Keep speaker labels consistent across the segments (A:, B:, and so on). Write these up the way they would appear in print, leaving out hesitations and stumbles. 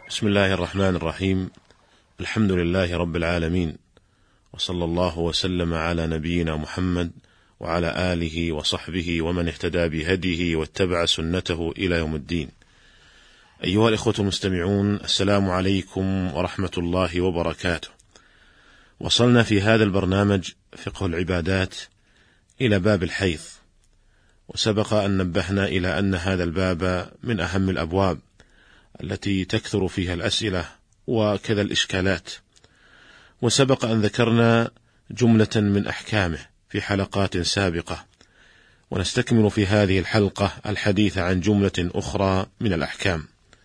A: بسم الله الرحمن الرحيم. الحمد لله رب العالمين، وصلى الله وسلم على نبينا محمد وعلى آله وصحبه ومن اهتدى بهديه واتبع سنته إلى يوم الدين. أيها الإخوة المستمعون، السلام عليكم ورحمة الله وبركاته. وصلنا في هذا البرنامج فقه العبادات إلى باب الحيض، وسبق أن نبهنا إلى أن هذا الباب من أهم الأبواب التي تكثر فيها الأسئلة وكذا الإشكالات، وسبق أن ذكرنا جملة من أحكامه في حلقات سابقة، ونستكمل في هذه الحلقة الحديث عن جملة أخرى من الأحكام.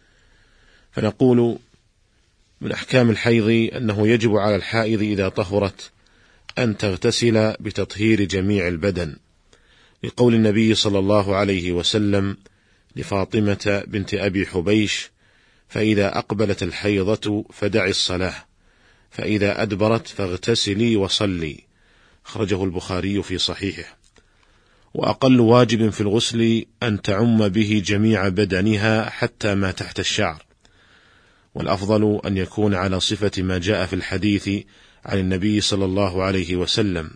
A: فنقول من أحكام الحيض أنه يجب على الحائض إذا طهرت أن تغتسل بتطهير جميع البدن، لقول النبي صلى الله عليه وسلم لفاطمة بنت أبي حبيش: فإذا أقبلت الحيضة فدعي الصلاة، فإذا أدبرت فاغتسلي وصلي. خرجه البخاري في صحيحه. وأقل واجب في الغسل أن تعم به جميع بدنها حتى ما تحت الشعر، والأفضل أن يكون على صفة ما جاء في الحديث عن النبي صلى الله عليه وسلم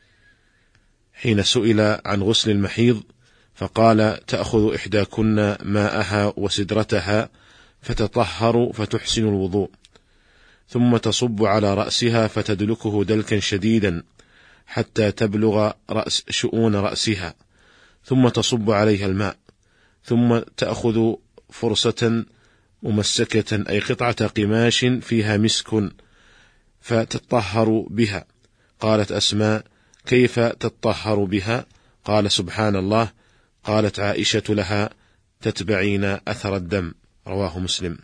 A: حين سئل عن غسل المحيض فقال: تأخذ إحداكن ماءها وسدرتها فتطهر فتحسن الوضوء، ثم تصب على رأسها فتدلكه دلكا شديدا حتى تبلغ شؤون رأسها، ثم تصب عليها الماء، ثم تأخذ فرصة ممسكة أي قطعة قماش فيها مسك فتطهر بها. قالت أسماء: كيف تطهر بها؟ قال: سبحان الله. قالت عائشة لها: تتبعين أثر الدم. رواه مسلم.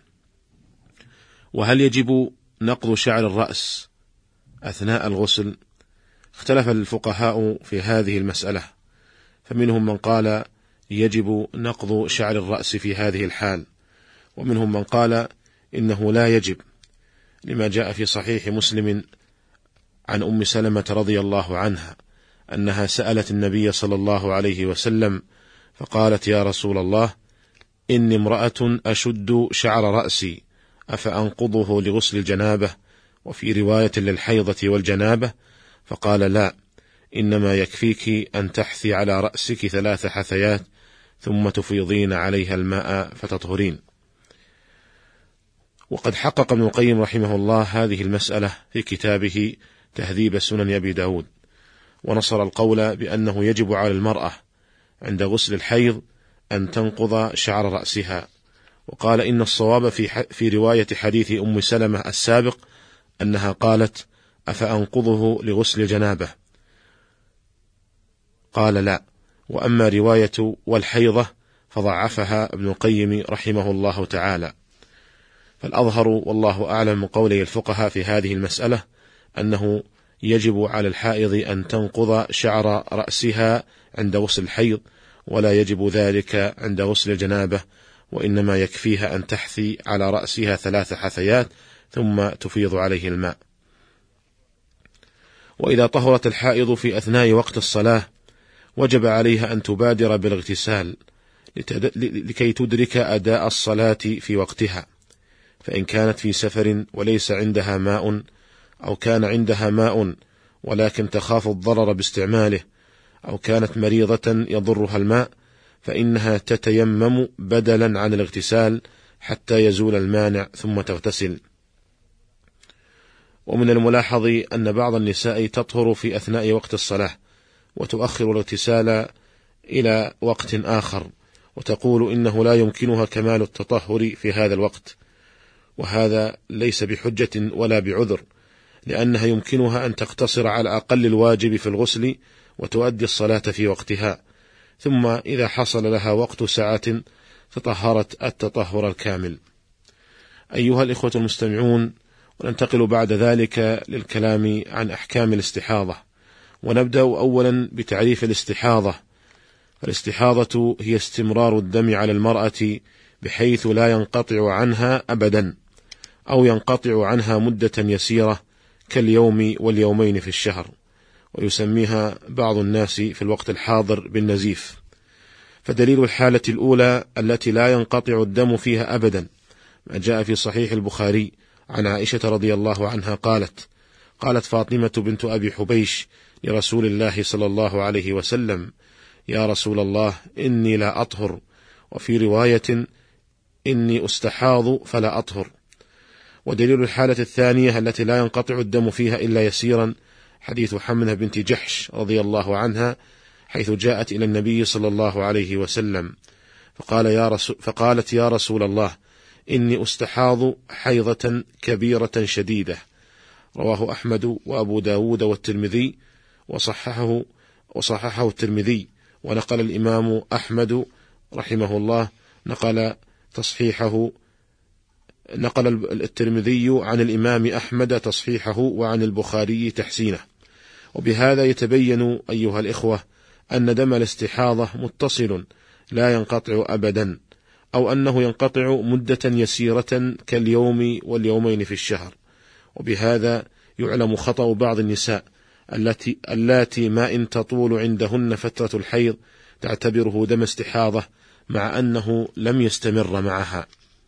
A: وهل يجب نقض شعر الرأس أثناء الغسل؟ اختلف الفقهاء في هذه المسألة، فمنهم من قال يجب نقض شعر الرأس في هذه الحال، ومنهم من قال إنه لا يجب، لما جاء في صحيح مسلم عن أم سلمة رضي الله عنها أنها سألت النبي صلى الله عليه وسلم فقالت: يا رسول الله، إني امرأة أشد شعر رأسي، أفأنقضه لغسل الجنابة؟ وفي رواية للحيضة والجنابة. فقال: لا، إنما يكفيك أن تحثي على رأسك 3 حثيات ثم تفيضين عليها الماء فتطهرين. وقد حقق ابن القيم رحمه الله هذه المسألة في كتابه تهذيب سنن أبي داود، ونصر القول بأنه يجب على المرأة عند غسل الحيض أن تنقض شعر رأسها، وقال إن الصواب في رواية حديث أم سلمة السابق أنها قالت: أفأنقضه لغسل جنابه؟ قال: لا. وأما رواية والحيضة فضعفها ابن القيم رحمه الله تعالى. فالأظهر والله أعلم قولي الفقهاء في هذه المسألة أنه يجب على الحائض أن تنقض شعر رأسها عند غسل الحيض، ولا يجب ذلك عند غسل الجنابة، وإنما يكفيها أن تحثي على رأسها 3 حثيات ثم تفيض عليه الماء. وإذا طهرت الحائض في أثناء وقت الصلاة وجب عليها أن تبادر بالاغتسال لكي تدرك أداء الصلاة في وقتها، فإن كانت في سفر وليس عندها ماء، أو كان عندها ماء ولكن تخاف الضرر باستعماله، أو كانت مريضة يضرها الماء، فإنها تتيمم بدلا عن الاغتسال حتى يزول المانع ثم تغتسل. ومن الملاحظ أن بعض النساء تطهر في أثناء وقت الصلاة وتؤخر الاغتسال إلى وقت آخر، وتقول إنه لا يمكنها كمال التطهر في هذا الوقت، وهذا ليس بحجة ولا بعذر، لأنها يمكنها أن تقتصر على أقل الواجب في الغسل وتؤدي الصلاة في وقتها، ثم إذا حصل لها وقت ساعة تطهرت التطهر الكامل. أيها الإخوة المستمعون، وننتقل بعد ذلك للكلام عن أحكام الاستحاضة، ونبدأ أولا بتعريف الاستحاضة. الاستحاضة هي استمرار الدم على المرأة بحيث لا ينقطع عنها أبدا، أو ينقطع عنها مدة يسيرة كاليوم واليومين في الشهر، ويسميها بعض الناس في الوقت الحاضر بالنزيف. فدليل الحالة الأولى التي لا ينقطع الدم فيها أبدا ما جاء في صحيح البخاري عن عائشة رضي الله عنها قالت فاطمة بنت أبي حبيش لرسول الله صلى الله عليه وسلم: يا رسول الله، إني لا أطهر، وفي رواية: إني أستحاض فلا أطهر. ودليل الحالة الثانية التي لا ينقطع الدم فيها إلا يسيرا حديث حمنة بنت جحش رضي الله عنها، حيث جاءت إلى النبي صلى الله عليه وسلم فقالت: يا رسول الله، إني أستحاض حيضة كبيرة شديدة. رواه أحمد وأبو داود والترمذي وصححه الترمذي. ونقل الإمام أحمد رحمه الله نقل الترمذي عن الإمام أحمد تصحيحه، وعن البخاري تحسينه. وبهذا يتبين أيها الإخوة أن دم الاستحاضة متصل لا ينقطع أبدا، أو أنه ينقطع مدة يسيرة كاليوم واليومين في الشهر. وبهذا يعلم خطأ بعض النساء اللاتي ما إن تطول عندهن فترة الحيض تعتبره دم استحاضة، مع أنه لم يستمر معها.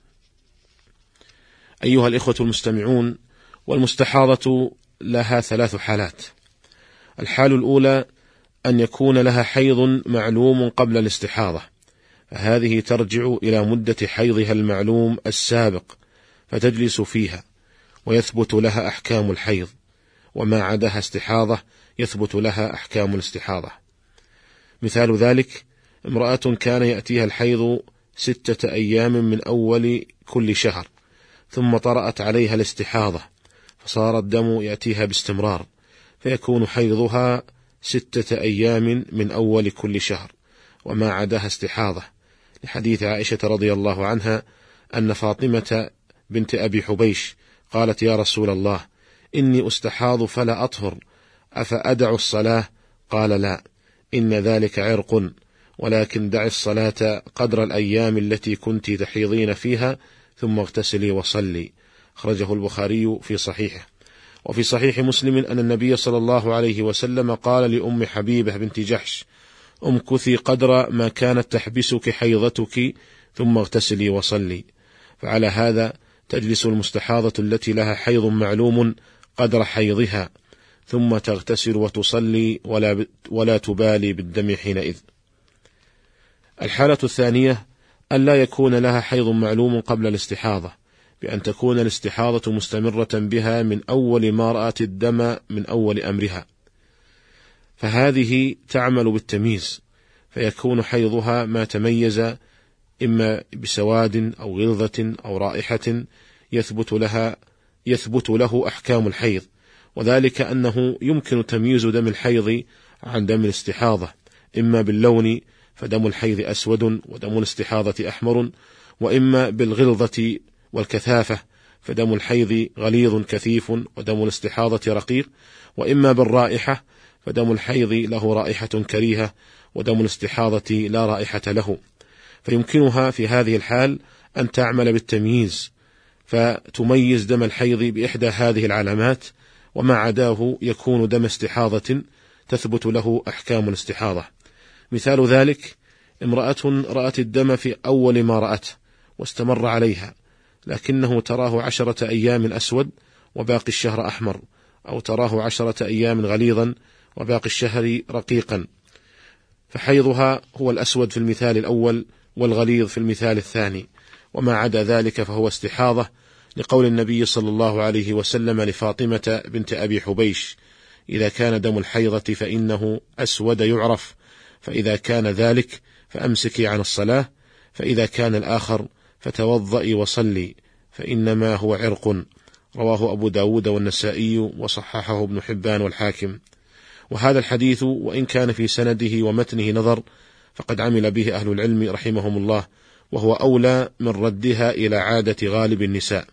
A: أيها الإخوة المستمعون، والمستحاضة لها 3 حالات. الحال الأولى أن يكون لها حيض معلوم قبل الاستحاضة، فهذه ترجع إلى مدة حيضها المعلوم السابق فتجلس فيها ويثبت لها أحكام الحيض، وما عداها استحاضة يثبت لها أحكام الاستحاضة. مثال ذلك: امرأة كان يأتيها الحيض 6 أيام من أول كل شهر، ثم طرأت عليها الاستحاضة فصار الدم يأتيها باستمرار، فيكون حيضها 6 أيام من أول كل شهر، وما عداها استحاضة، لحديث عائشة رضي الله عنها أن فاطمة بنت أبي حبيش قالت: يا رسول الله، إني أستحاض فلا أطهر، أفأدع الصلاة؟ قال: لا، إن ذلك عرق، ولكن دع الصلاة قدر الأيام التي كنت تحيضين فيها، ثم اغتسلي وصلي. أخرجه البخاري في صحيحه. وفي صحيح مسلم أن النبي صلى الله عليه وسلم قال لأم حبيبة بنت جحش: امكثي قدر ما كانت تحبسك حيضتك، ثم اغتسلي وصلي. فعلى هذا تجلس المستحاضة التي لها حيض معلوم قدر حيضها، ثم تغتسل وتصلي ولا تبالي بالدم حينئذ. الحالة الثانية أن لا يكون لها حيض معلوم قبل الاستحاضة، بأن تكون الاستحاضة مستمرة بها من أول ما رأت الدم من أول أمرها، فهذه تعمل بالتمييز، فيكون حيضها ما تميز إما بسواد أو غلظة أو رائحة يثبت له أحكام الحيض، وذلك أنه يمكن تمييز دم الحيض عن دم الاستحاضة، إما باللون فدم الحيض أسود ودم الاستحاضة أحمر، وإما بالغلظة والكثافة فدم الحيض غليظ كثيف ودم الاستحاضة رقيق، وإما بالرائحة فدم الحيض له رائحة كريهة ودم الاستحاضة لا رائحة له. فيمكنها في هذه الحال أن تعمل بالتمييز، فتميز دم الحيض بإحدى هذه العلامات، وما عداه يكون دم استحاضة تثبت له أحكام الاستحاضة. مثال ذلك: امرأة رأت الدم في أول ما رأته واستمر عليها، لكنه تراه 10 أيام أسود وباقي الشهر أحمر، أو تراه 10 أيام غليظا وباقي الشهر رقيقا، فحيضها هو الأسود في المثال الأول والغليظ في المثال الثاني، وما عدا ذلك فهو استحاضة، لقول النبي صلى الله عليه وسلم لفاطمة بنت أبي حبيش: إذا كان دم الحيضة فإنه أسود يعرف، فإذا كان ذلك فأمسكي عن الصلاة، فإذا كان الآخر فتوضئي وصلي، فإنما هو عرق. رواه أبو داود والنسائي وصححه ابن حبان والحاكم. وهذا الحديث وإن كان في سنده ومتنه نظر، فقد عمل به أهل العلم رحمهم الله، وهو أولى من ردها إلى عادة غالب النساء.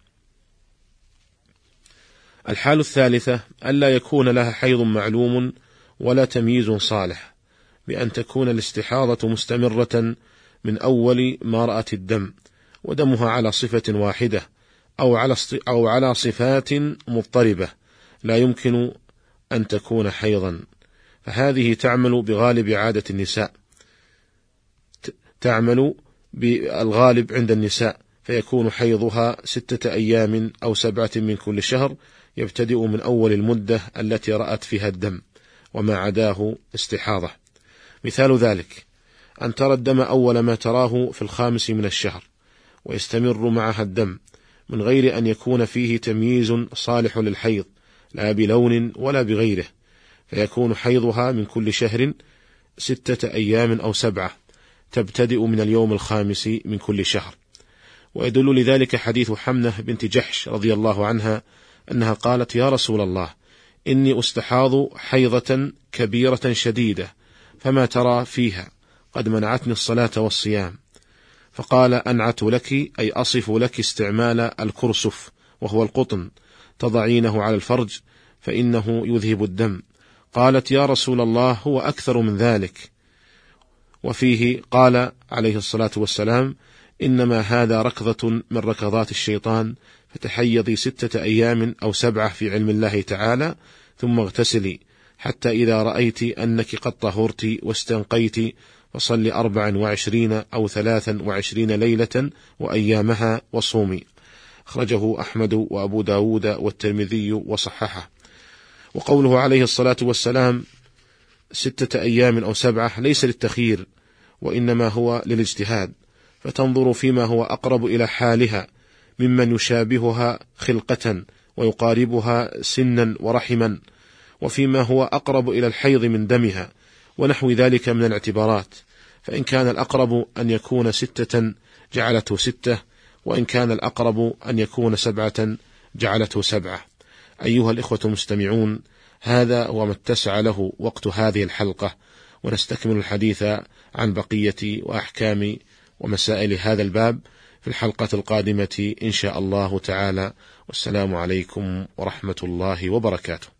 A: الحال الثالثة ألا يكون لها حيض معلوم ولا تمييز صالح، بأن تكون الاستحاضة مستمرة من أول ما رأت الدم، ودمها على صفة واحدة أو على صفات مضطربة لا يمكن أن تكون حيضا، فهذه تعمل بغالب عادة النساء، تعمل بالغالب عند النساء، فيكون حيضها 6 أيام أو 7 من كل شهر، يبتدئ من أول المدة التي رأت فيها الدم، وما عداه استحاضة. مثال ذلك أن ترى الدم أول ما تراه في 5 من الشهر، ويستمر معها الدم من غير أن يكون فيه تمييز صالح للحيض، لا بلون ولا بغيره، فيكون حيضها من كل شهر 6 أيام أو 7، تبتدئ من اليوم 5 من كل شهر. ويدل لذلك حديث حمنة بنت جحش رضي الله عنها أنها قالت: يا رسول الله، إني أستحاض حيضة كبيرة شديدة، فما ترى فيها؟ قد منعتني الصلاة والصيام. فقال: أنعت لك، أي أصف لك استعمال الكرسف، وهو القطن، تضعينه على الفرج فإنه يذهب الدم. قالت: يا رسول الله، هو أكثر من ذلك. وفيه قال عليه الصلاة والسلام: إنما هذا ركضة من ركضات الشيطان، فتحيضي 6 أيام أو 7 في علم الله تعالى، ثم اغتسلي حتى إذا رأيت أنك قد طهرت واستنقيت، فصل 24 أو 23 ليلة وأيامها وصومي. أخرجه أحمد وأبو داود والترمذي وصححه. وقوله عليه الصلاة والسلام 6 أيام أو 7 ليس للتخيير، وإنما هو للاجتهاد، فتنظر فيما هو أقرب إلى حالها ممن يشابهها خلقة ويقاربها سنا ورحما، وفيما هو أقرب إلى الحيض من دمها، ونحو ذلك من الاعتبارات. فإن كان الأقرب أن يكون 6 جعلته 6، وإن كان الأقرب أن يكون 7 جعلته 7. أيها الإخوة المستمعون، هذا هو ما اتسع له وقت هذه الحلقة، ونستكمل الحديث عن بقية وأحكام ومسائل هذا الباب في الحلقة القادمة إن شاء الله تعالى. والسلام عليكم ورحمة الله وبركاته.